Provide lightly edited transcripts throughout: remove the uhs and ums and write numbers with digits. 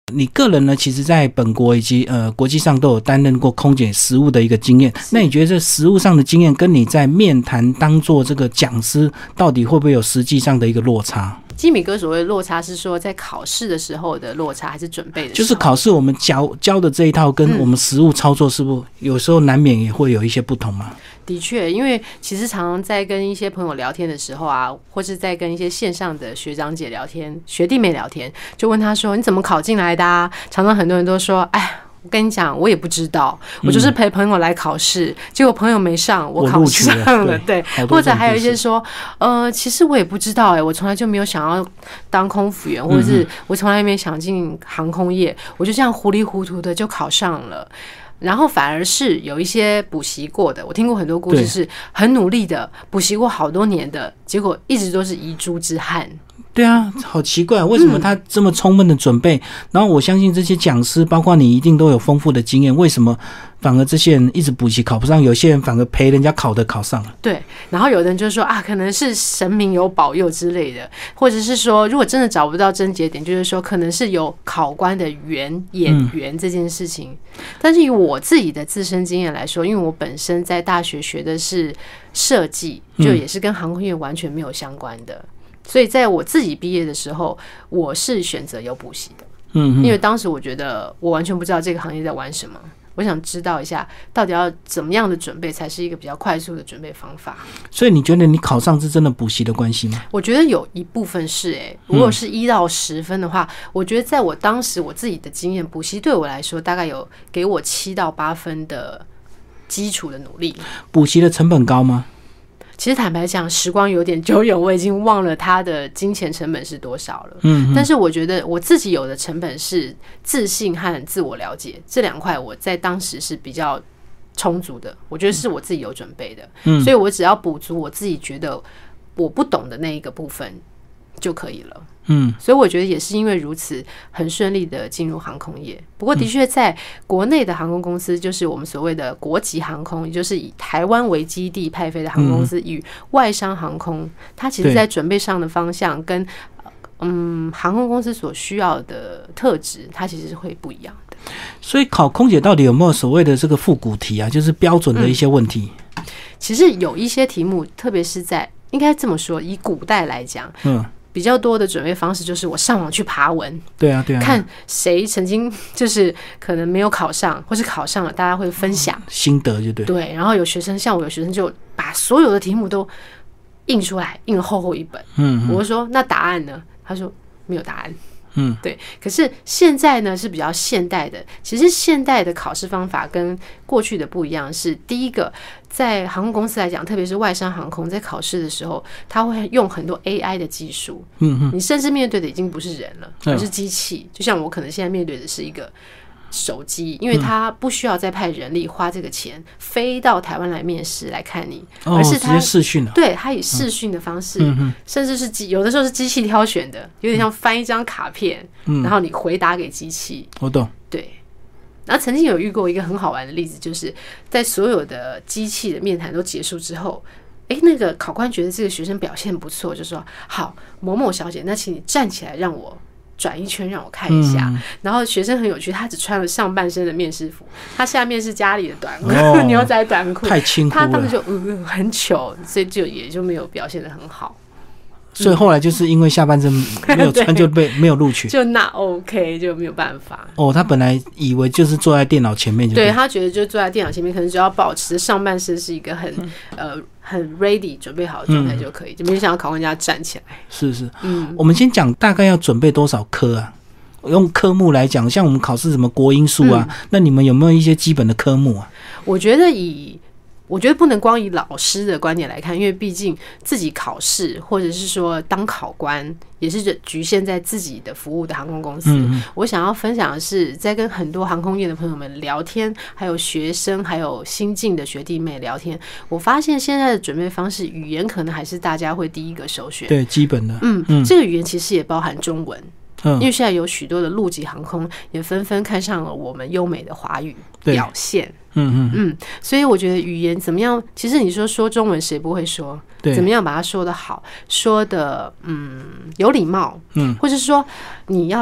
你个人呢，其实在本国以及国际上都有担任过空姐实务的一个经验。那你觉得这实务上的经验跟你在面谈当做这个讲师，到底会不会有实际上的一个落差？ 基米哥所谓的落差是说在考试的时候的落差，还是准备的时候？ 就是考试我们教的这一套跟我们实务操作是不是有时候难免也会有一些不同嘛？ 的确，因为其实常常在跟一些朋友聊天的时候啊，或是在跟一些线上的学长姐聊天、学弟妹聊天，就问他说：“你怎么考进来的啊？”常常很多人都说：“哎，我跟你讲，我也不知道，我就是陪朋友来考试，结果朋友没上，我考上了。”对，或者还有一些说：“其实我也不知道，我从来就没有想要当空服员，或者是我从来没想进航空业，我就这样糊里糊涂的就考上了。”然后反而是有一些补习过的，我听过很多故事，是很努力的补习过好多年的，结果一直都是遗珠之憾。 对啊，好奇怪，为什么他这么充分的准备？然后我相信这些讲师，包括你，一定都有丰富的经验。为什么反而这些人一直补习考不上，有些人反而陪人家考上了？对， 然后有的人就说啊，可能是神明有保佑之类的，或者是说，如果真的找不到症结点，就是说可能是有考官的眼缘这件事情。但是以我自己的自身经验来说，因为我本身在大学学的是设计，就也是跟航空业完全没有相关的。所以在我自己毕业的时候，我是选择有补习的，因为当时我觉得我完全不知道这个行业在玩什么，我想知道一下到底要怎么样的准备才是一个比较快速的准备方法。 所以你觉得你考上是真的补习的关系吗？ 我觉得有一部分是如果是1到10分的话，我觉得在我当时我自己的经验，补习对我来说大概有给我7到8分的基础的努力。 补习的成本高吗？ 其实坦白讲，时光有点久远，我已经忘了它的金钱成本是多少了。但是我觉得我自己有的成本是自信和自我了解，这2块我在当时是比较充足的，我觉得是我自己有准备的。所以我只要补足我自己觉得我不懂的那一个部分就可以了。所以我觉得也是因为如此，很顺利的进入航空业。不过的确在国内的航空公司，就是我们所谓的国际航空，也就是以台湾为基地派飞的航空公司，与外商航空，它其实在准备上的方向跟航空公司所需要的特质，它其实是会不一样的。 所以考空姐到底有没有所谓的这个复古题啊，就是标准的一些问题？ 其实有一些题目，特别是在应该这么说，以古代来讲，比较多的准备方式就是我上网去爬文， 对啊， 看谁曾经就是可能没有考上，或是考上了，大家会分享心得，就对。 然后有学生，像我有学生就把所有的题目都印出来，印了厚厚一本。我就说那答案呢？他说没有答案。对。可是现在呢是比较现代的，其实现代的考试方法跟过去的不一样，是第一个，在航空公司来讲，特别是外商航空，在考试的时候，他会用很多 AI 的技术。你甚至面对的已经不是人了，而是机器。就像我可能现在面对的是一个手机，因为他不需要再派人力花这个钱飞到台湾来面试来看你，而是他直接视讯了。 对，他以视讯的方式，甚至是有的时候是机器挑选的，有点像翻一张卡片，然后你回答给机器。 我懂。 对。然后曾经有遇过一个很好玩的例子，就是在所有的机器的面谈都结束之后，那个考官觉得这个学生表现不错，就说：“好，某某小姐，那请你站起来让我转一圈让我看一下。然后学生很有趣，他只穿了上半身的面试服，他下面是家里的短裤，牛仔短裤， 太轻忽了。 他当时就很糗，所以也就没有表现得很好。 所以后来就是因为下半身没有穿就被没有录取， 就那 OK 就没有办法。 他本来以为就是坐在电脑前面就对他觉得就坐在电脑前面，可能只要保持上半身是一个很 ready 准备好的状态就可以，就没想到考官家站起来。 是。我们先讲大概要准备多少科啊？用科目来讲，像我们考试什么国英数啊，那你们有没有一些基本的科目啊？ 我觉得不能光以老师的观点来看，因为毕竟自己考试或者是说当考官也是局限在自己的服务的航空公司。我想要分享的是，在跟很多航空业的朋友们聊天，还有学生，还有新进的学弟妹聊天，我发现现在的准备方式，语言可能还是大家会第一个首选。 对，基本的。 这个语言其实也包含中文。因为现在有许多的陆籍航空也纷纷看上了我们优美的华语表现。所以我觉得语言怎么样，其实你说中文谁不会说，怎么样把它说得好，说的有礼貌，或者说你要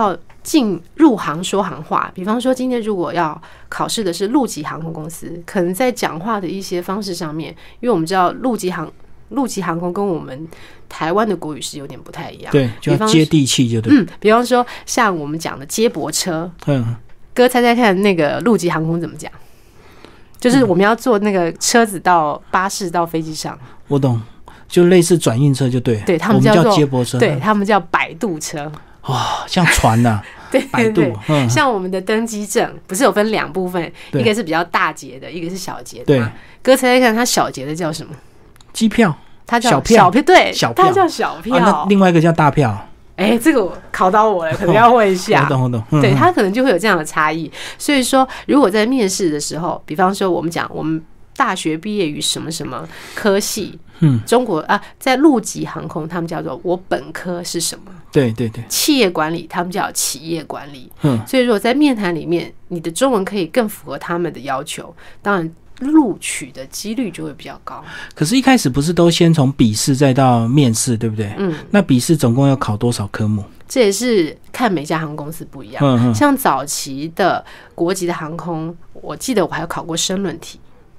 进入行说行话，比方说今天如果要考试的是陆籍航空公司，可能在讲话的一些方式上面，因为我们知道陆籍航空跟我们台湾的国语是有点不太一样， 对，就要接地气就对。 比方说像我们讲的接驳车，哥猜猜看那个陆籍航空怎么讲？就是我们要坐那个车子到巴士到飞机上， 我懂，就类似转运车就对， 对他们叫接驳车， 对他们叫摆渡车。 哇，像船呐、啊， 对摆渡， 像我们的登机证不是有分2部分，一个是比较大节的，一个是小节的。 对， 哥猜猜看，它小节的叫什么？ 机票， 它叫小票， 对， 小票， 它叫小票。 那另外一个叫大票。 这个我考到我了，可能要问一下。 我懂。 对，它可能就会有这样的差异。所以说，如果在面试的时候，比方说我们讲我们大学毕业于什么什么科系，中国啊，在陆籍航空他们叫做我本科是什么？ 对， 企业管理他们叫企业管理。所以如果在面谈里面，你的中文可以更符合他们的要求，当然录取的几率就会比较高。 可是，一开始不是都先从笔试再到面试，对不对？那笔试总共要考多少科目？ 这也是看每家航空公司不一样。像早期的国籍的航空，我记得我还有考过申论题。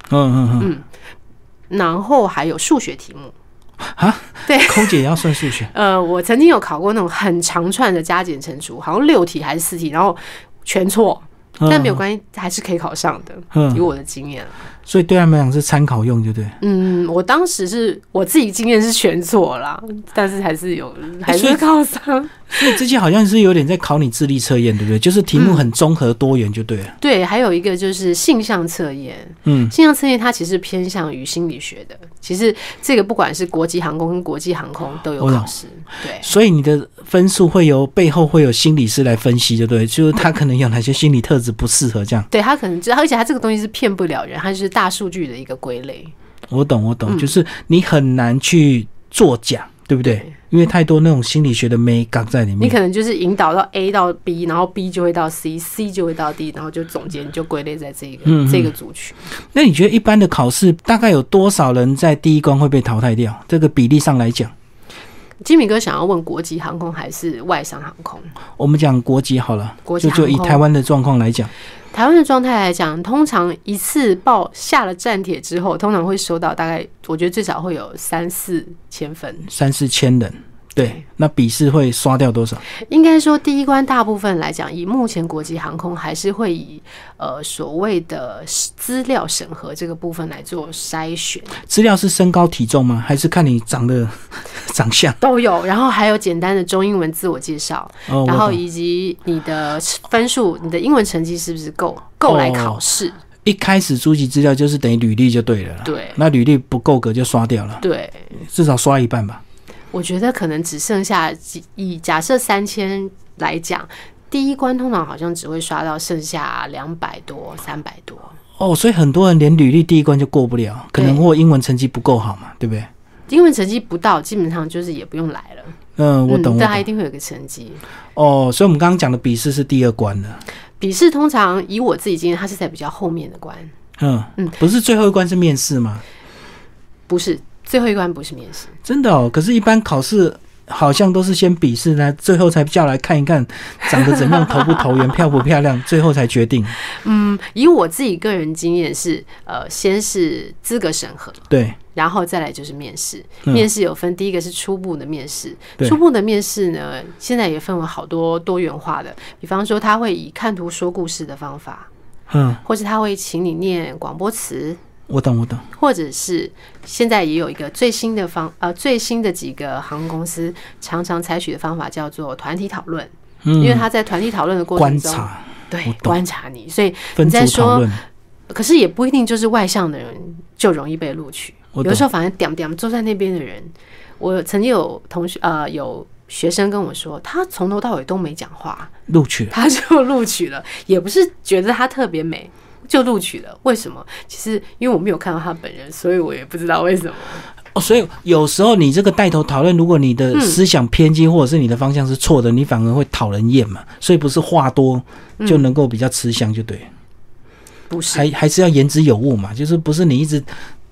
然后还有数学题目啊， 对， 空姐也要算数学。 我曾经有考过那种很长串的加减乘除，好像6题还是4题，然后全错，但没有关系，还是可以考上的。以我的经验， 所以对他们讲是参考用，就对。 我当时是我自己经验是全错啦，但是还是考上。 所以这些好像是有点在考你智力测验，对不对？就是题目很综合多元就对了。 对，还有一个就是性向测验。性向测验它其实偏向于心理学的。其实这个不管是国际航空跟国际航空都有考试。对，所以你的分数背后会有心理师来分析，就对，就是他可能有哪些心理特质不适合这样。 对，他可能而且他这个东西是骗不了人，他就是大数据的一个归类。 我懂，就是你很难去作假，对不对？因为太多那种心理学的美感在里面。 你可能就是引导到 A 到 B， 然后 B 就会到 C，C 就会到 D， 然后就总结，你就归类在这个族群。 那你觉得一般的考试大概有多少人在第一关会被淘汰掉？这个比例上来讲， 吉米哥想要问国际航空还是外商航空？ 我们讲国际好了，就以台湾的状况来讲。 台湾的状态来讲，通常一次下了站帖之后，通常会收到大概，我觉得最少会有3-4千分 ，3-4千人。对，那笔试会刷掉多少？ 应该说第一关大部分来讲，以目前国际航空还是会以所谓的资料审核这个部分来做筛选。 资料是身高体重吗？还是看你长相？ 都有，然后还有简单的中英文自我介绍，然后以及你的分数，你的英文成绩是不是够来考试？ 一开始初级资料就是等于履历就对了啦。 对， 那履历不够格就刷掉了。对，至少刷一半吧。 我觉得可能只剩下以假设3000来讲，第一关通常好像只会刷到剩下200多、300多。 所以很多人连履历第一关就过不了，可能或英文成绩不够好嘛，对不对？ 英文成绩不到，基本上就是也不用来了。 我懂。 但他一定会有个成绩。 所以我们刚刚讲的笔试是第2关了。 笔试通常以我自己经验，它是在比较后面的关。 不是最后一关是面试吗？ 不是。最后一关不是面试， 真的可是一般考试好像都是先笔试呢，最后才叫来看一看长得怎么样，投不投缘，漂不漂亮，最后才决定。 以我自己个人经验是，先是资格审核， 对， 然后再来就是面试。面试有分，第一个是初步的面试，初步的面试呢，现在也分为好多元化的，比方说他会以看图说故事的方法，或是他会请你念广播词。 我懂， 或者是现在也有一个最新的几个航空公司常常采取的方法叫做团体讨论，因为他在团体讨论的过程中，观察你，所以你在说，可是也不一定就是外向的人就容易被录取，有的时候反正坐在那边的人，我曾经有有学生跟我说，他从头到尾都没讲话， 录取了， 他就录取了，也不是觉得他特别美。就录取了，为什么？其实因为我没有看到他本人，所以我也不知道为什么。 所以有时候你这个带头讨论，如果你的思想偏激，或者是你的方向是错的，你反而会讨人厌嘛。所以不是话多就能够比较吃香，就对。 不是， 还是要言之有物嘛，就是不是你一直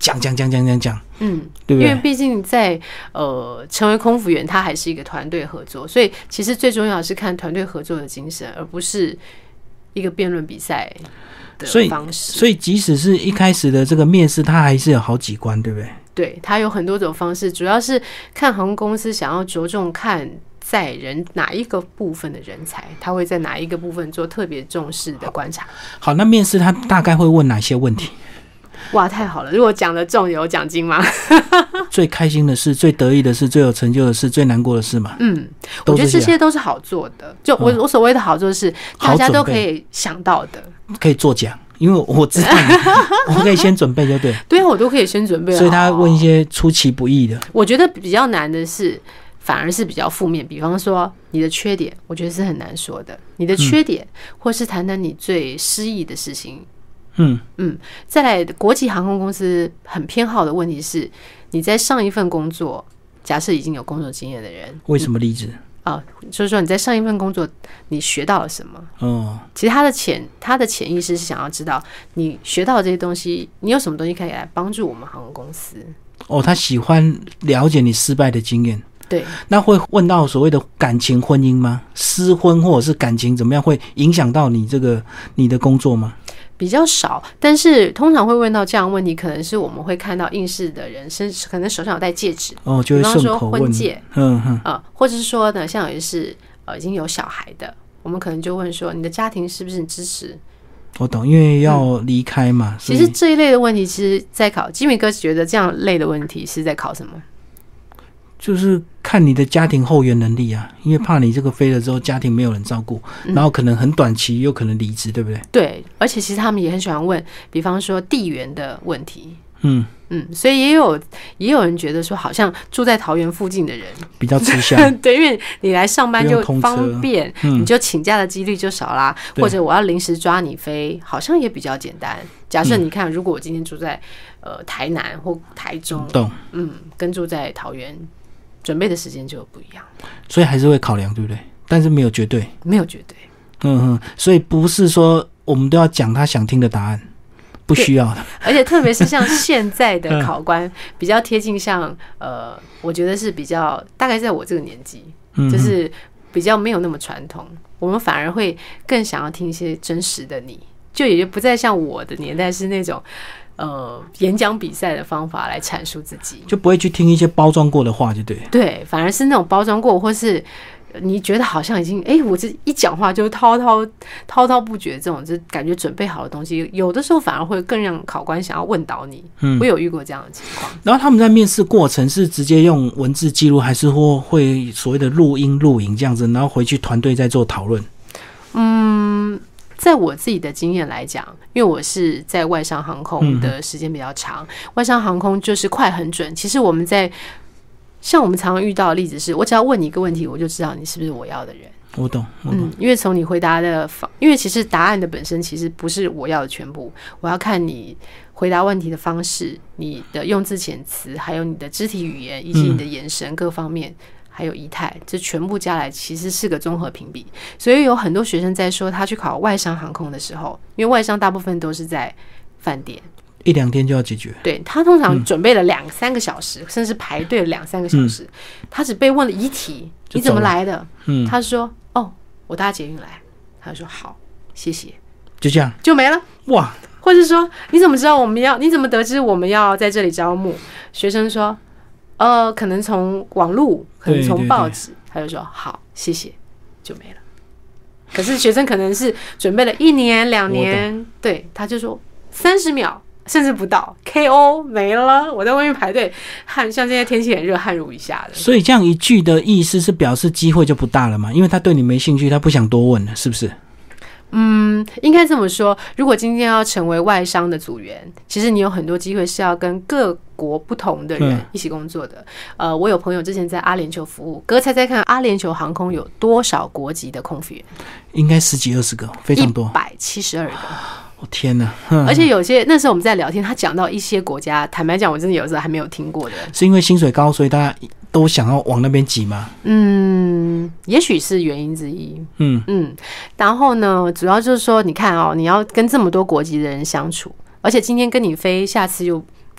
讲，对不对？ 因为毕竟在成为空服员，它还是一个团队合作，所以其实最重要的是看团队合作的精神，而不是一个辩论比赛的方式。 所以即使是一开始的这个面试，它还是有好几关，对不对？ 对，它有很多种方式，主要是看航空公司想要着重看在哪一个部分的人才，他会在哪一个部分做特别重视的观察。 好，那面试他大概会问哪些问题？ 哇，太好了！如果讲得中有奖金吗？ 最开心的事、最得意的事、最有成就的事、最难过的事嘛。 我觉得这些都是好做的。就我所谓的好做是，大家都可以想到的， 可以作假。因为我知道我可以先准备就对。 对啊，我都可以先准备好。 所以他问一些出其不意的。 我觉得比较难的是，反而是比较负面，比方说你的缺点，我觉得是很难说的。你的缺点，或是谈谈你最失意的事情。再来，国际航空公司很偏好的问题是，你在上一份工作，假设已经有工作经验的人， 为什么离职？ 就是说你在上一份工作你学到了什么？其实他的潜意识是想要知道你学到的这些东西，你有什么东西可以来帮助我们航空公司。他喜欢了解你失败的经验。对， 那会问到所谓的感情婚姻吗？失婚或者是感情怎么样会影响到你的工作吗？ 比较少，但是通常会问到这样的问题，可能是我们会看到应试的人可能手上有戴戒指， 就会顺口问， 婚戒，或者是说呢，像有些是已经有小孩的，我们可能就问说，你的家庭是不是你支持？ 我懂，因为要离开嘛。 其实这一类的问题，其实在考吉米哥觉得这样类的问题是在考什么？ 就是看你的家庭后援能力啊，因为怕你这个飞了之后家庭没有人照顾，然后可能很短期又可能离职，对不对？ 对，而且其实他们也很喜欢问，比方说地缘的问题。所以也有人觉得说，好像住在桃园附近的人比较吃香。 对，因为你来上班就方便，你就请假的几率就少啦。或者我要临时抓你飞，好像也比较简单。假设你看，如果我今天住在台南或台中，跟住在桃园，准备的时间就不一样。所以还是会考量，对不对？但是没有绝对， 没有绝对。 所以不是说我们都要讲他想听的答案。不需要的， 而且特别是像现在的考官比较贴近像我觉得是比较大概在我这个年纪，就是比较没有那么传统，我们反而会更想要听一些真实的你，就也就不再像我的年代是那种演讲比赛的方法来阐述自己， 就不会去听一些包装过的话，就对，反而是那种包装过或是。你觉得好像已经我这一讲话就滔滔不绝，这种就感觉准备好的东西，有的时候反而会更让考官想要问倒你。我有遇过这样的情况。 然后他们在面试过程是直接用文字记录，还是会所谓的录音录影这样子，然后回去团队再做讨论？ 在我自己的经验来讲，因为我是在外商航空的时间比较长，外商航空就是快很准。其实我们像我们常常遇到的例子是，我只要问你一个问题，我就知道你是不是我要的人。 我懂。 因为从你回答的因为其实答案的本身其实不是我要的全部，我要看你回答问题的方式、你的用字遣词，还有你的肢体语言以及你的眼神各方面，还有仪态，这全部加来其实是个综合评比。所以有很多学生在说他去考外商航空的时候，因为外商大部分都是在饭店。 1-2天就要解决。 对，他通常准备了2-3个小时，甚至排队了2-3个小时。他只被问了一题，你怎么来的？他说我搭捷运来。他就说好，谢谢， 就这样就没了。哇！或者说你怎么知道你怎么得知我们要在这里招募？学生说可能从网路，可能从报纸。他就说好，谢谢，就没了。可是学生可能是准备了1年2年，对，他就说30秒。甚至不到 KO 没了，我在外面排队，像现在天气很热，汗如雨下的。 所以这样一句的意思是表示机会就不大了嘛？因为他对你没兴趣，他不想多问了，是不是？ 应该这么说。如果今天要成为外商的组员，其实你有很多机会是要跟各国不同的人一起工作的。我有朋友之前在阿联酋服务，哥猜猜看，阿联酋航空有多少国籍的空服员？ 应该10几20个，非常多 ，172个。 天哪！ 而且有些那时候我们在聊天，他讲到一些国家，坦白讲，我真的有时候还没有听过的。 是因为薪水高，所以大家都想要往那边挤吗？ 也许是原因之一。然后呢，主要就是说，你看你要跟这么多国籍的人相处，而且今天跟你飞，下次又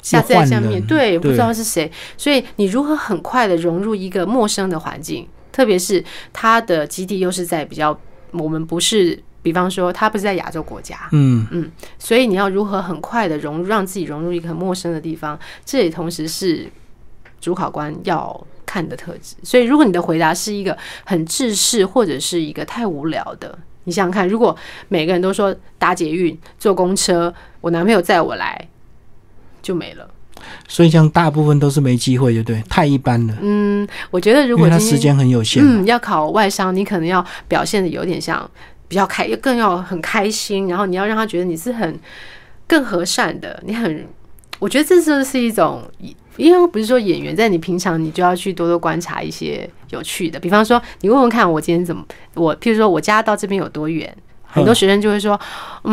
下次在下面，对，不知道是谁，所以你如何很快的融入一个陌生的环境，特别是它的基地又是在比较，我们不是，比方说它不是在亚洲国家，所以你要如何很快的让自己融入一个很陌生的地方，这也同时是主考官要看的特质。所以如果你的回答是一个很制式或者是一个太无聊的，你想想看，如果每个人都说搭捷运、坐公车，我男朋友载我来，就没了。 所以这样大部分都是没机会，对不对？太一般了。 我觉得如果因为他时间很有限， 要考外商，你可能要表现的有点像比较更要很开心，然后你要让他觉得你是更和善的，我觉得这就是一种。因为不是说演员在你平常你就要去多多观察一些有趣的，比方说你问问看我今天譬如说我家到这边有多远，很多学生就会说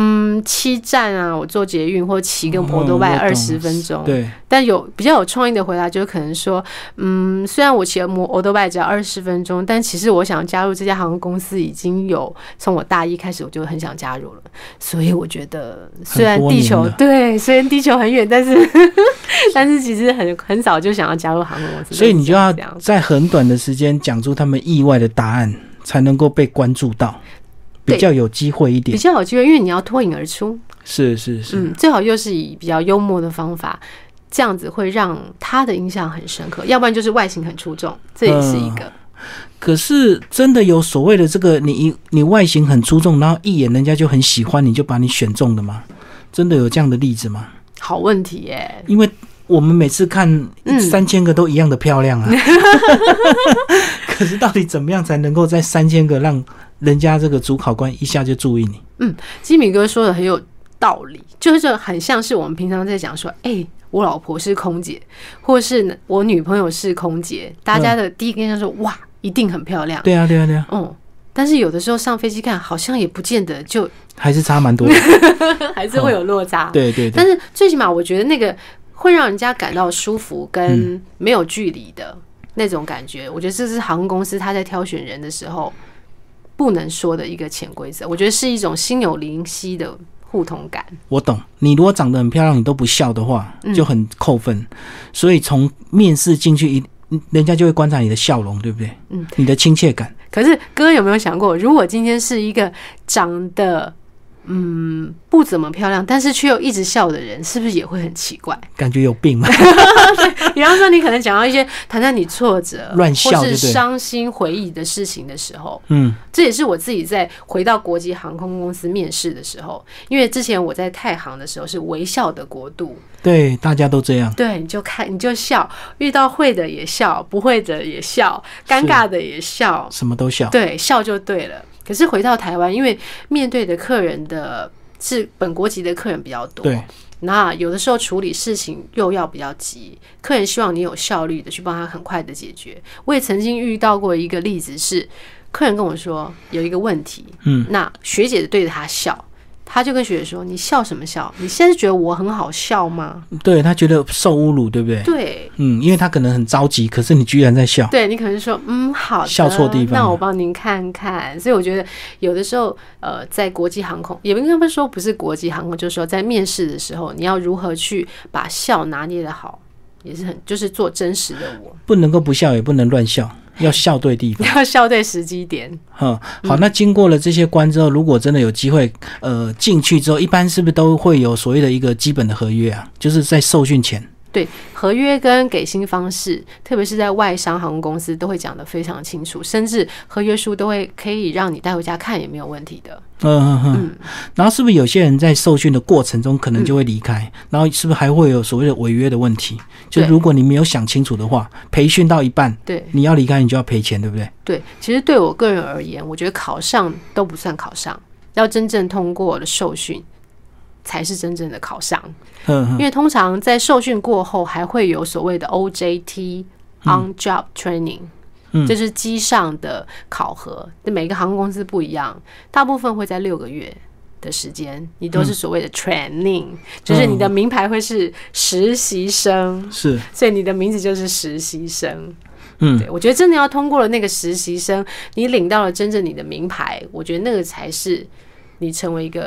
7站啊，我坐捷运或骑个摩托拜20分钟。对，但比较有创意的回答就可能说虽然我骑摩托拜只要20分钟，但其实我想加入这家航空公司已经有从我大一开始我就很想加入了，所以我觉得虽然地球很远，但是其实很早就想要加入航空公司， 所以你就要在很短的时间讲出他们意外的答案，才能够被关注到，比较有机会一点， 比较有机会，因为你要脱颖而出。 是， 最好又是以比较幽默的方法，这样子会让他的印象很深刻。要不然就是外形很出众，这也是一个。 可是真的有所谓的这个你外形很出众，然后一眼人家就很喜欢你，就把你选中了吗？真的有这样的例子吗？ 好问题耶， 因为我们每次看3000个都一样的漂亮啊，可是到底怎么样才能够在3000个让人家这个主考官一下就注意你？ 基米哥说的很有道理，就是很像是我们平常在讲说，我老婆是空姐，或是我女朋友是空姐，大家的第一个印象说，哇，一定很漂亮。 对啊。 但是有的时候上飞机看，好像也不见得就还是差蛮多的， 还是会有落差。 对。 但是最起码我觉得那个会让人家感到舒服跟没有距离的那种感觉，我觉得这是航空公司他在挑选人的时候不能说的一个潜规则。我觉得是一种心有灵犀的互通感。我懂，你如果长得很漂亮，你都不笑的话，就很扣分。所以从面试进去，人家就会观察你的笑容，对不对？你的亲切感。 可是哥有没有想过，如果今天是一个长得不怎么漂亮，但是却又一直笑的人，是不是也会很奇怪？ 感觉有病嘛？ 比方说，你可能讲到一些谈你挫折、 乱笑， 或是伤心回忆的事情的时候，这也是我自己在回到国际航空公司面试的时候，因为之前我在太行的时候是微笑的国度， 对，大家都这样， 对，你就笑，遇到会的也笑，不会的也笑，尴尬的也笑， 什么都笑， 对，笑就对了。可是回到台湾，因为面对的客人是本国籍的客人比较多，对，那有的时候处理事情又要比较急，客人希望你有效率的去帮他很快的解决。我也曾经遇到过一个例子是，客人跟我说有一个问题，那学姐对着他笑。他就跟学姐说：“你笑什么笑？你现在是觉得我很好笑吗？” 对，他觉得受侮辱，对不对？ 对， 因为他可能很着急，可是你居然在笑。 对，你可能说好的， 笑错地方， 那我帮您看看。所以我觉得有的时候，在国际航空，也应该说不是国际航空，就是说在面试的时候，你要如何去把笑拿捏的好，也是就是做真实的我， 不能够不笑，也不能乱笑。要笑对地方， 要笑对时机点。 好，那经过了这些关之后，如果真的有机会进去之后，一般是不是都会有所谓的一个基本的合约啊？就是在受训前。 对，合约跟给薪方式，特别是在外商航空公司都会讲得非常清楚，甚至合约书都会可以让你带回家看也没有问题的。 然后是不是有些人在受训的过程中可能就会离开，然后是不是还会有所谓的违约的问题？就是如果你没有想清楚的话，培训到一半，对，你要离开你就要赔钱，对不对？ 对，其实对我个人而言，我觉得考上都不算考上，要真正通过了受训才是真正的考上。因为通常在受训过后还会有所谓的 OJT on job training，这是机上的考核，每个航空公司不一样，大部分会在6个月的时间，你都是所谓的 training，就是你的名牌会是实习生，是，所以你的名字就是实习生。对，我觉得真的要通过了那个实习生，你领到了真正你的名牌，我觉得那个才是你成为一个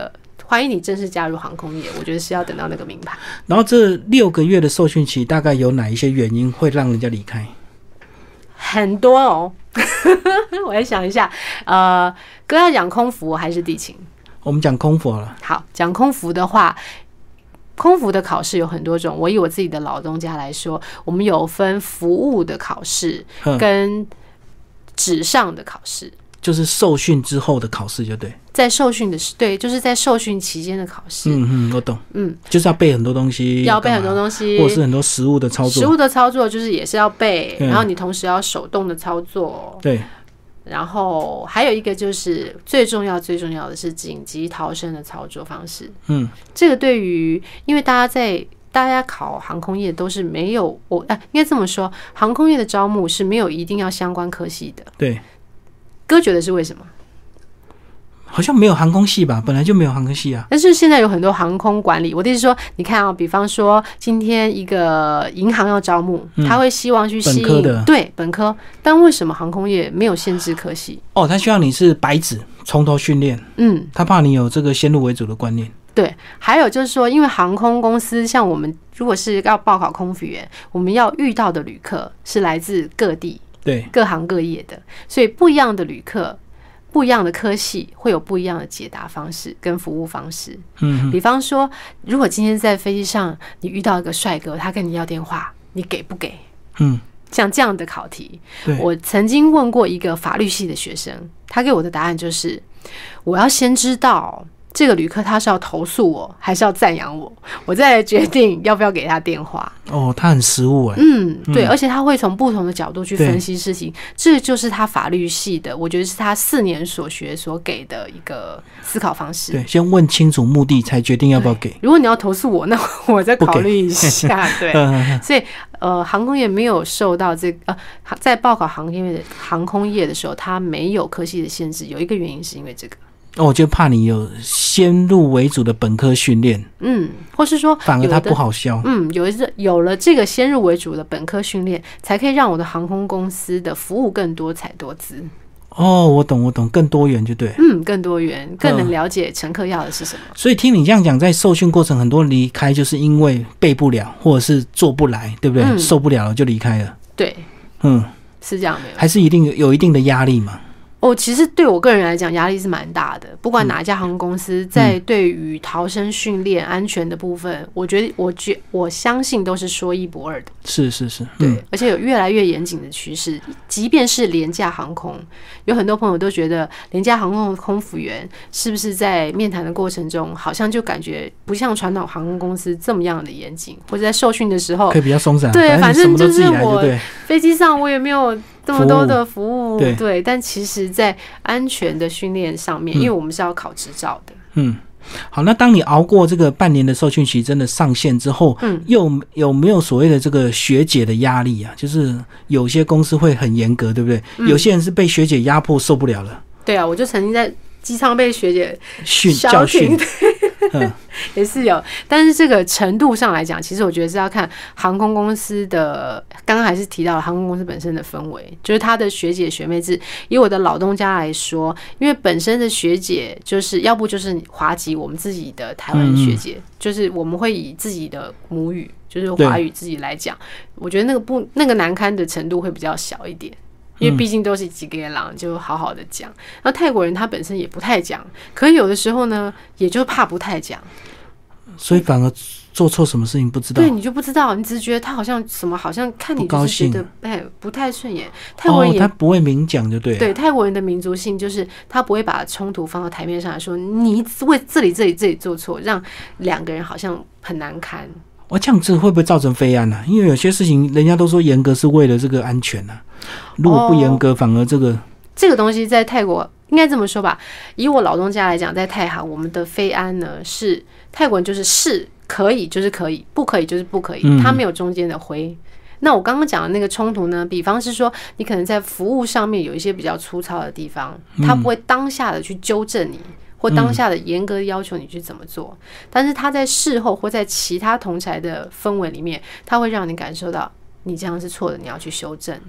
欢迎你正式加入航空业，我觉得是要等到那个名牌。 然后这6个月的受训期，大概有哪一些原因会让人家离开？ 很多哦，我来想一下，哥要讲空服还是地勤？ 我们讲空服好了。 好，讲空服的话，空服的考试有很多种。我以我自己的老东家来说，我们有分服务的考试跟纸上的考试。 就是受训之后的考试就对， 在受训的对，就是在受训期间的考试。 我懂。就是要背很多东西， 要背很多东西， 或者是很多实务的操作。 实务的操作就是也是要背，然后你同时要手动的操作。对。然后还有一个就是最重要的是紧急逃生的操作方式。这个对于因为大家考航空业都是没有应该这么说，航空业的招募是没有一定要相关科系的。对。哥觉得是为什么？ 好像没有航空系吧，本来就没有航空系啊。 但是现在有很多航空管理，我的意思说，你看啊，比方说今天一个银行要招募，他会希望去吸引本科的， 对本科，但为什么航空业没有限制科系？ 他希望你是白纸，从头训练。他怕你有这个先入为主的观念。对， 还有就是说，因为航空公司像我们如果是要报考空服员，我们要遇到的旅客是来自各地。对，各行各业的，所以不一样的旅客、不一样的科系会有不一样的解答方式跟服务方式。比方说，如果今天在飞机上你遇到一个帅哥，他跟你要电话，你给不给？像这样的考题，我曾经问过一个法律系的学生，他给我的答案就是：我要先知道这个旅客他是要投诉我还是要赞扬我，我再来决定要不要给他电话。 他很实务哎。 对，而且他会从不同的角度去分析事情，这就是他法律系的，我觉得是他4年所学所给的一个思考方式。 对，先问清楚目的才决定要不要给。 如果你要投诉我，那我再考虑一下。对，所以航空业没有受到在报考航空业的时候，它没有科系的限制，有一个原因是因为这个。 我就怕你有先入为主的本科训练， 或是说反而它不好销。 有了这个先入为主的本科训练，才可以让我的航空公司的服务更多彩多姿。 我懂，更多元就对。 更多元，更能了解乘客要的是什么。 所以听你这样讲，在受训过程，很多人离开就是因为背不了，或者是做不来，对不对？受不了了就离开了。对，是这样没有？还是有一定的压力嘛？ 其实对我个人来讲，压力是蛮大的。不管哪一家航空公司，在对于逃生训练、安全的部分，我相信都是说一不二的。是，对，而且有越来越严谨的趋势。即便是廉价航空，有很多朋友都觉得廉价航空的空服员是不是在面谈的过程中，好像就感觉不像传统航空公司这么样的严谨，或者在受训的时候可以比较松散。 对，反正就是我飞机上我也没有这么多的服务，对，但其实在安全的训练上面，因为我们是要考执照的。 好，那当你熬过这个半年的受训期，真的上线之后，有没有所谓的这个学姐的压力啊？就是有些公司会很严格，对不对？有些人是被学姐压迫受不了了。对啊， 我就曾经在机舱被学姐教训。 也是有，但是这个程度上来讲，其实我觉得是要看航空公司的，刚刚还是提到了航空公司本身的氛围，就是他的学姐学妹制。以我的老东家来说，因为本身的学姐就是要不就是华籍，我们自己的台湾学姐，就是我们会以自己的母语，就是华语自己来讲，我觉得那个难堪的程度会比较小一点。因为毕竟都是几个人就好好的讲，然后泰国人他本身也不太讲，可是有的时候呢，也就怕不太讲， 所以反而做错什么事情不知道。 对，你就不知道，你只是觉得他好像看你就是觉得不太顺眼。泰国人他不会明讲就对了。 对，泰国人的民族性就是他不会把冲突放到台面上来说，你为这里做错，让两个人好像很难堪。 这样子会不会造成飞安啊？因为有些事情人家都说严格是为了这个安全啊，如果不严格，反而这个东西在泰国应该这么说吧。以我老东家来讲，在泰航我们的飞安呢，是泰国人就是可以就是可以，不可以就是不可以，他没有中间的灰。那我刚刚讲的那个冲突呢，比方是说你可能在服务上面有一些比较粗糙的地方，他不会当下的去纠正你，或当下的严格要求你去怎么做，但是他在事后或在其他同侪的氛围里面，他会让你感受到你这样是错的，你要去修正。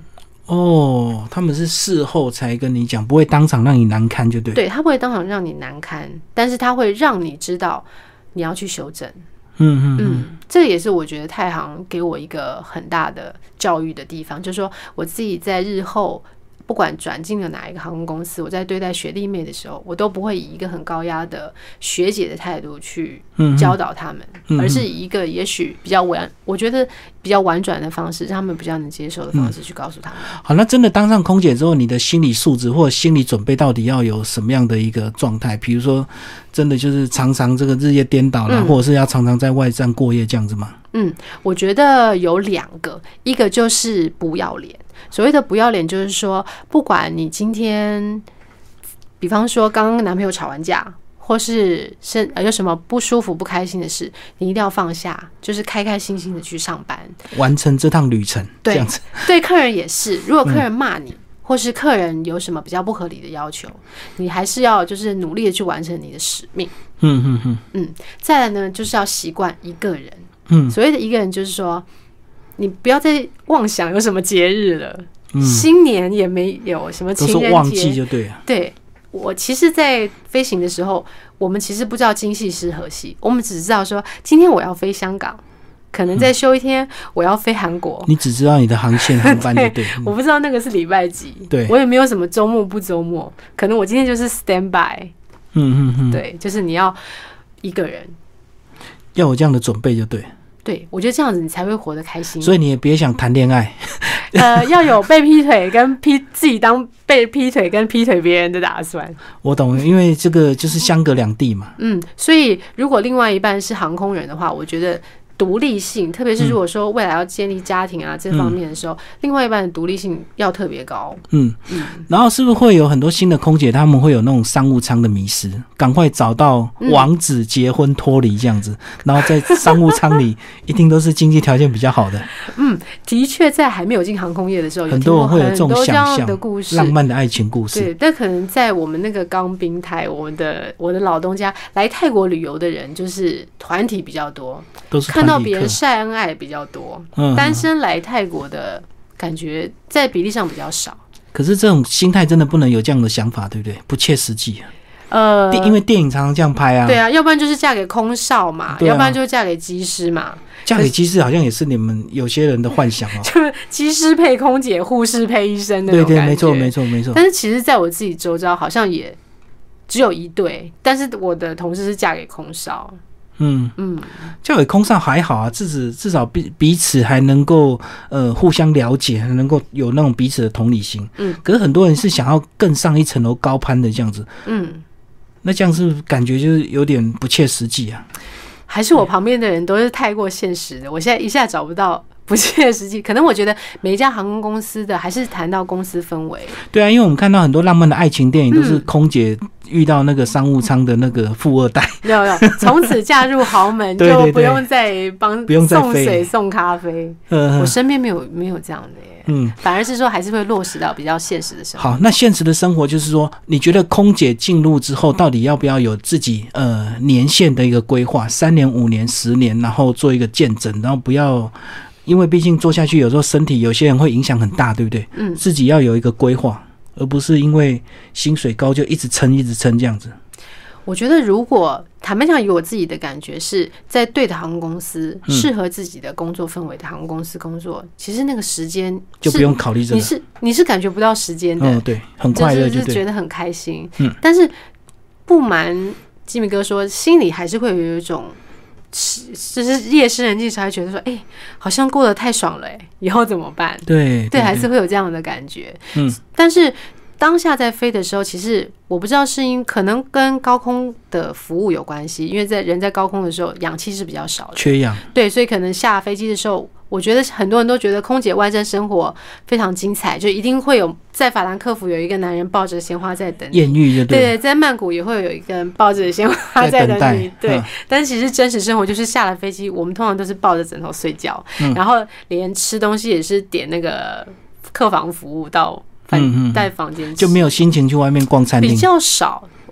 哦，他们是事后才跟你讲，不会当场让你难堪，就对。 对，他不会当场让你难堪，但是他会让你知道你要去修正。这也是我觉得太行给我一个很大的教育的地方，就是说我自己在日后不管转进了哪一个航空公司，我在对待学弟妹的时候，我都不会以一个很高压的学姐的态度去教导他们，而是以一个也许比较我觉得比较婉转的方式，让他们比较能接受的方式去告诉他们。 好，那真的当上空姐之后，你的心理素质或者心理准备到底要有什么样的一个状态？比如说，真的就是常常这个日夜颠倒啦，或者是要常常在外站过夜这样子吗？ 我觉得有2个，一个就是不要脸。所谓的不要脸，就是说，不管你今天，比方说刚刚跟男朋友吵完架，或是有什么不舒服、不开心的事，你一定要放下，就是开开心心的去上班， 完成这趟旅程。 对， 这样子。 对客人也是，如果客人骂你，或是客人有什么比较不合理的要求，你还是要就是努力的去完成你的使命。再来呢，就是要习惯一个人。所谓的一个人，就是说，你不要再妄想有什么节日了，新年也没有什么情人节， 都是忘记就对了。 对，我其实，在飞行的时候，我们其实不知道今夕是何夕，我们只知道说，今天我要飞香港，可能再休一天我要飞韩国。 你只知道你的航线航班就对。 我不知道那个是礼拜几， 对， 我也没有什么周末不周末，可能我今天就是 stand by。对，就是你要一个人。 要有这样的准备就对。 对，我觉得这样子你才会活得开心。 所以你也别想谈恋爱。 要有被劈腿跟自己当被劈腿跟劈腿别人的打算。 我懂，因为这个就是相隔两地嘛。 所以如果另外一半是航空人的话，我觉得独立性，特别是如果说未来要建立家庭啊这方面的时候，另外一半的独立性要特别高。 然后是不是会有很多新的空姐，他们会有那种商务舱的迷思，赶快找到王子结婚脱离这样子，然后在商务舱里一定都是经济条件比较好的。 的确，在还没有进航空业的时候， 很多人会有这种想象的故事， 浪漫的爱情故事。 对，但可能在我们那个刚滨台，我的老东家来泰国旅游的人，就是团体比较多， 都是看到别人晒恩爱比较多，单身来泰国的感觉在比例上比较少。 可是这种心态真的不能有这样的想法，对不对？不切实际。因为电影常常这样拍啊。 对啊，要不然就是嫁给空少嘛，要不然就是嫁给机师嘛。 嫁给机师好像也是你们有些人的幻想哦。 就是机师配空姐，护士配医生那种感觉。 对，没错。但是其实在我自己周遭好像也只有一对，但是我的同事是嫁给空少。嫁给空少还好啊，至少彼此还能够互相了解，还能够有那种彼此的同理心。可是很多人是想要更上一层楼高攀的这样子。那这样是不是感觉就是有点不切实际啊？ 还是我旁边的人都是太过现实的，我现在一下找不到不切实际。可能我觉得每一家航空公司的还是谈到公司氛围。对啊，因为我们看到很多浪漫的爱情电影都是空姐遇到那个商务舱的那个富二代， 有从此嫁入豪门就不用再送水送咖啡。我身边没有这样的耶。反而是说还是会落实到比较现实的生活。 好，那现实的生活就是说，你觉得空姐进入之后，到底要不要有自己年限的一个规划，3年、5年、10年，然后做一个见证，然后不要，因为毕竟做下去有时候身体有些人会影响很大，对不对？自己要有一个规划，而不是因为薪水高就一直撑这样子。 我觉得如果坦白讲，以我自己的感觉是在对的航空公司，适合自己的工作氛围的航空公司工作，其实那个时间就不用考虑这个，你是感觉不到时间的。 对，很快乐， 就是觉得很开心。但是不瞒吉米哥说，心里还是会有一种，就是夜深人静才会觉得说，好像过得太爽了，以后怎么办？对，还是会有这样的感觉。但是当下在飞的时候，其实我不知道是可能跟高空的服务有关系，因为人在高空的时候氧气是比较少的， 缺氧。 对，所以可能下飞机的时候，我觉得很多人都觉得空姐外站生活非常精彩，就一定会有在法兰克福有一个男人抱着鲜花在等你， 艳遇就对，在曼谷也会有一个人抱着鲜花在等你，对。但是其实真实生活就是下了飞机，我们通常都是抱着枕头睡觉，然后连吃东西也是点那个客房服务到带房间， 就没有心情去外面逛餐厅， 比较少。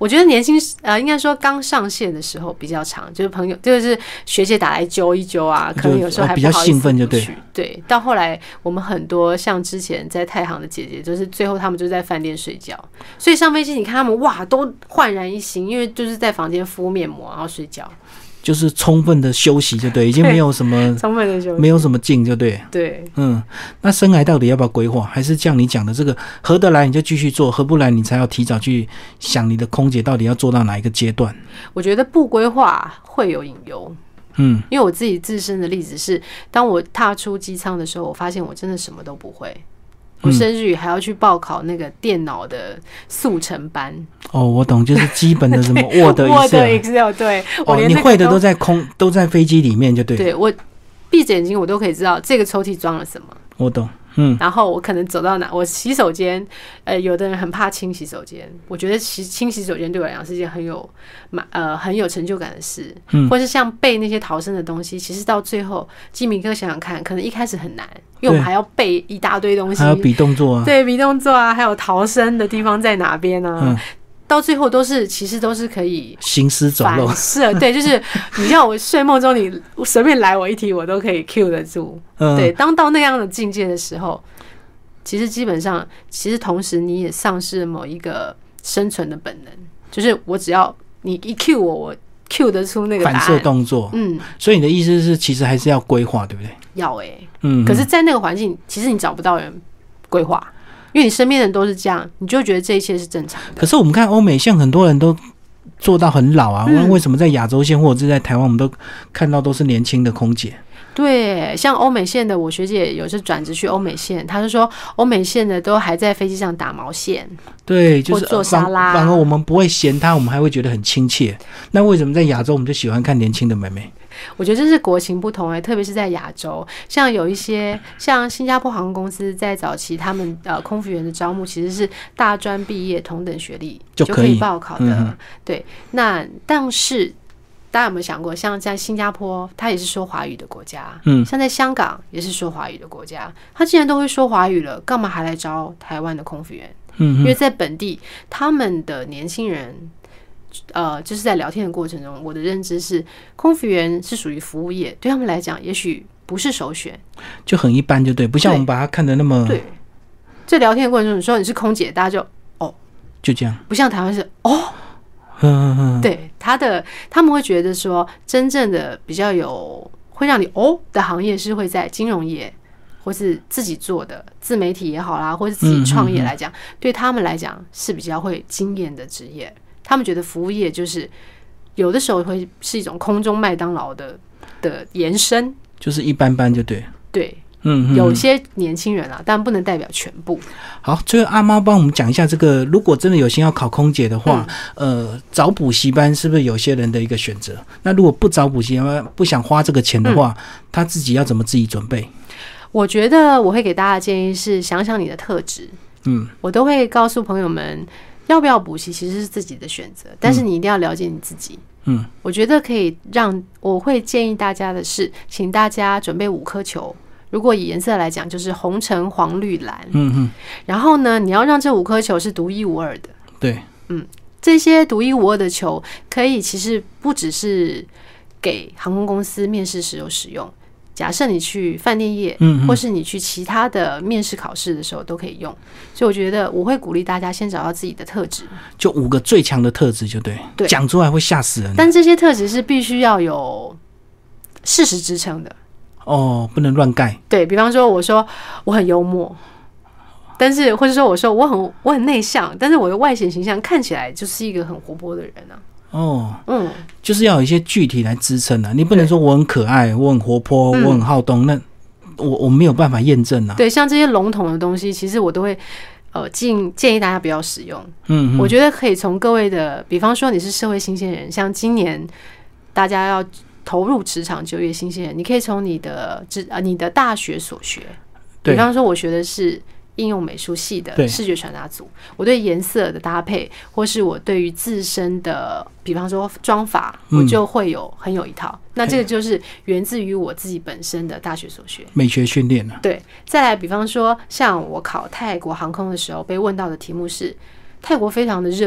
我觉得年轻应该说刚上线的时候比较长，就是朋友就是学姐打来揪一揪啊，可能有时候还比较兴奋就对。 对，到后来我们很多像之前在太行的姐姐，就是最后他们就在饭店睡觉，所以上飞机你看他们哇都焕然一新，因为就是在房间敷面膜然后睡觉。 就是充分的休息就对，已经没有什么充分的休息， 没有什么劲就对。 对， 那生涯到底要不要规划？还是像你讲的这个合得来你就继续做，合不来你才要提早去想你的空姐到底要做到哪一个阶段？ 我觉得不规划会有隐忧。因为我自己自身的例子是，当我踏出机舱的时候，我发现我真的什么都不会。我甚至于还要去报考那个电脑的速成班。 我懂，就是基本的什么 Word、Excel， 对， 我连你会的都在飞机里面就对。 对，我闭着眼睛我都可以知道这个抽屉装了什么。 我懂。 然后我可能走到哪，我洗手间，有的人很怕清洗手间，我觉得清洗手间对我来讲是一件很有成就感的事，或是像背那些逃生的东西，其实到最后，基米哥想想看，可能一开始很难，因为我们还要背一大堆东西， 还有比动作啊， 对，比动作啊，还有逃生的地方在哪边啊。到最后其实都是可以行尸走肉， 对，就是你叫我睡梦中你随便来我一题，我都可以 cue 得住。对，当到那样的境界的时候，其实基本上，同时你也丧失了某一个生存的本能，就是我只要你一 cue我 cue 得出那个答案反射动作。所以你的意思是，其实还是要规划，对不对？ 要可是，在那个环境，其实你找不到人规划。因为你身边的人都是这样，你就觉得这一切是正常的。 可是我们看欧美线，很多人都做到很老啊。为什么在亚洲线或者是在台湾，我们都看到都是年轻的空姐？ 对，像欧美线的，我学姐有时转职去欧美线，她就说欧美线的都还在飞机上打毛线， 对，就是做沙拉。 反而我们不会嫌她，我们还会觉得很亲切。那为什么在亚洲我们就喜欢看年轻的妹妹？ 我觉得这是国情不同特别是在亚洲，像有一些像新加坡航空公司在早期他们空服员的招募其实是大专毕业同等学历就可以报考的。对，那但是大家有没有想过，像在新加坡它也是说华语的国家，像在香港也是说华语的国家，他既然都会说华语了，干嘛还来招台湾的空服员？因为在本地他们的年轻人就是在聊天的过程中，我的认知是空服员是属于服务业，对他们来讲也许不是首选，就很一般就对，不像我们把它看得那么。 对，在聊天的过程中你说你是空姐，大家就就这样， 不像台湾是对，他们会觉得说真正的比较有会让你的行业是会在金融业或是自己做的自媒体也好啦，或是自己创业来讲，对他们来讲是比较会惊艳的职业。他们觉得服务业就是有的时候会是一种空中麦当劳的延伸， 就是一般般就对。 对，有些年轻人但不能代表全部。 好，最后阿猫帮我们讲一下这个，如果真的有心要考空姐的话，找补习班是不是有些人的一个选择？那如果不找补习班，不想花这个钱的话，他自己要怎么自己准备？ 我觉得我会给大家的建议是想想你的特质。我都会告诉朋友们，要不要补习其实是自己的选择，但是你一定要了解你自己。我觉得我会建议大家的是，请大家准备5颗球。如果以颜色来讲，就是红橙黄绿蓝。然后呢，你要让这5颗球是独一无二的。 对， 这些独一无二的球可以其实不只是给航空公司面试时有使用。假设你去饭店业，或是你去其他的面试考试的时候都可以用，所以我觉得我会鼓励大家先找到自己的特质， 就5个最强的特质就对，讲出来会吓死人。 但这些特质是必须要有事实支撑的， 不能乱盖。 对，比方说我说我很幽默，但是或者说我说我很内向，但是我的外显形象看起来就是一个很活泼的人啊。 就是要有一些具体来支撑啊，你不能说我很可爱，我很活泼，我很好动，那我没有办法验证啊。 对，像这些笼统的东西，其实我都会建议大家不要使用。我觉得可以从各位的，比方说你是社会新鲜人，像今年大家要投入职场就业新鲜人，你可以从你的大学所学，比方说我学的是应用美术系的视觉传达组，我对颜色的搭配，或是我对于自身的，比方说妆法，我就会很有一套。那这个就是源自于我自己本身的大学所学， 美学训练啊。 对，再来，比方说像我考泰国航空的时候，被问到的题目是泰国非常的热，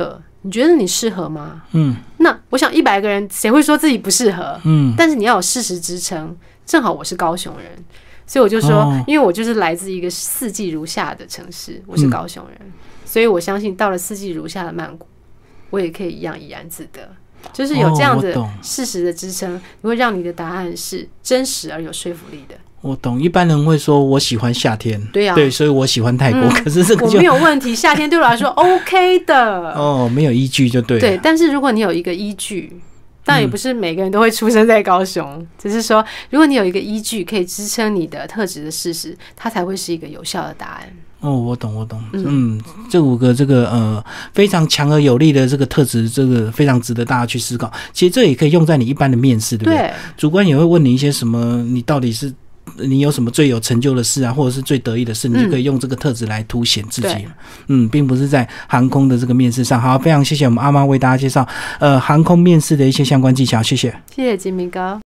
你觉得你适合吗？那我想100个人谁会说自己不适合？但是你要有事实支撑。正好我是高雄人，所以我就说，因为我就是来自一个四季如夏的城市，我是高雄人，所以我相信到了四季如夏的曼谷，我也可以一样怡然自得。就是有这样的事实的支撑，你会让你的答案是真实而有说服力的。 我懂，一般人会说我喜欢夏天， 对啊， 对，所以我喜欢泰国。可是这个我没有问题，夏天对我来说 OK 的。 没有依据就对了。 对，但是如果你有一个依据，但也不是每个人都会出生在高雄，只是说如果你有一个依据可以支撑你的特质的事实，它才会是一个有效的答案。 我懂。这5个这个非常强而有力的这个特质，这个非常值得大家去思考。其实这也可以用在你一般的面试，对不对？对，主管也会问你一些什么，你到底是你有什么最有成就的事啊，或者是最得意的事，你就可以用这个特质来凸显自己。并不是在航空的这个面试上。好，非常谢谢我们阿妈为大家介绍航空面试的一些相关技巧，谢谢金明哥。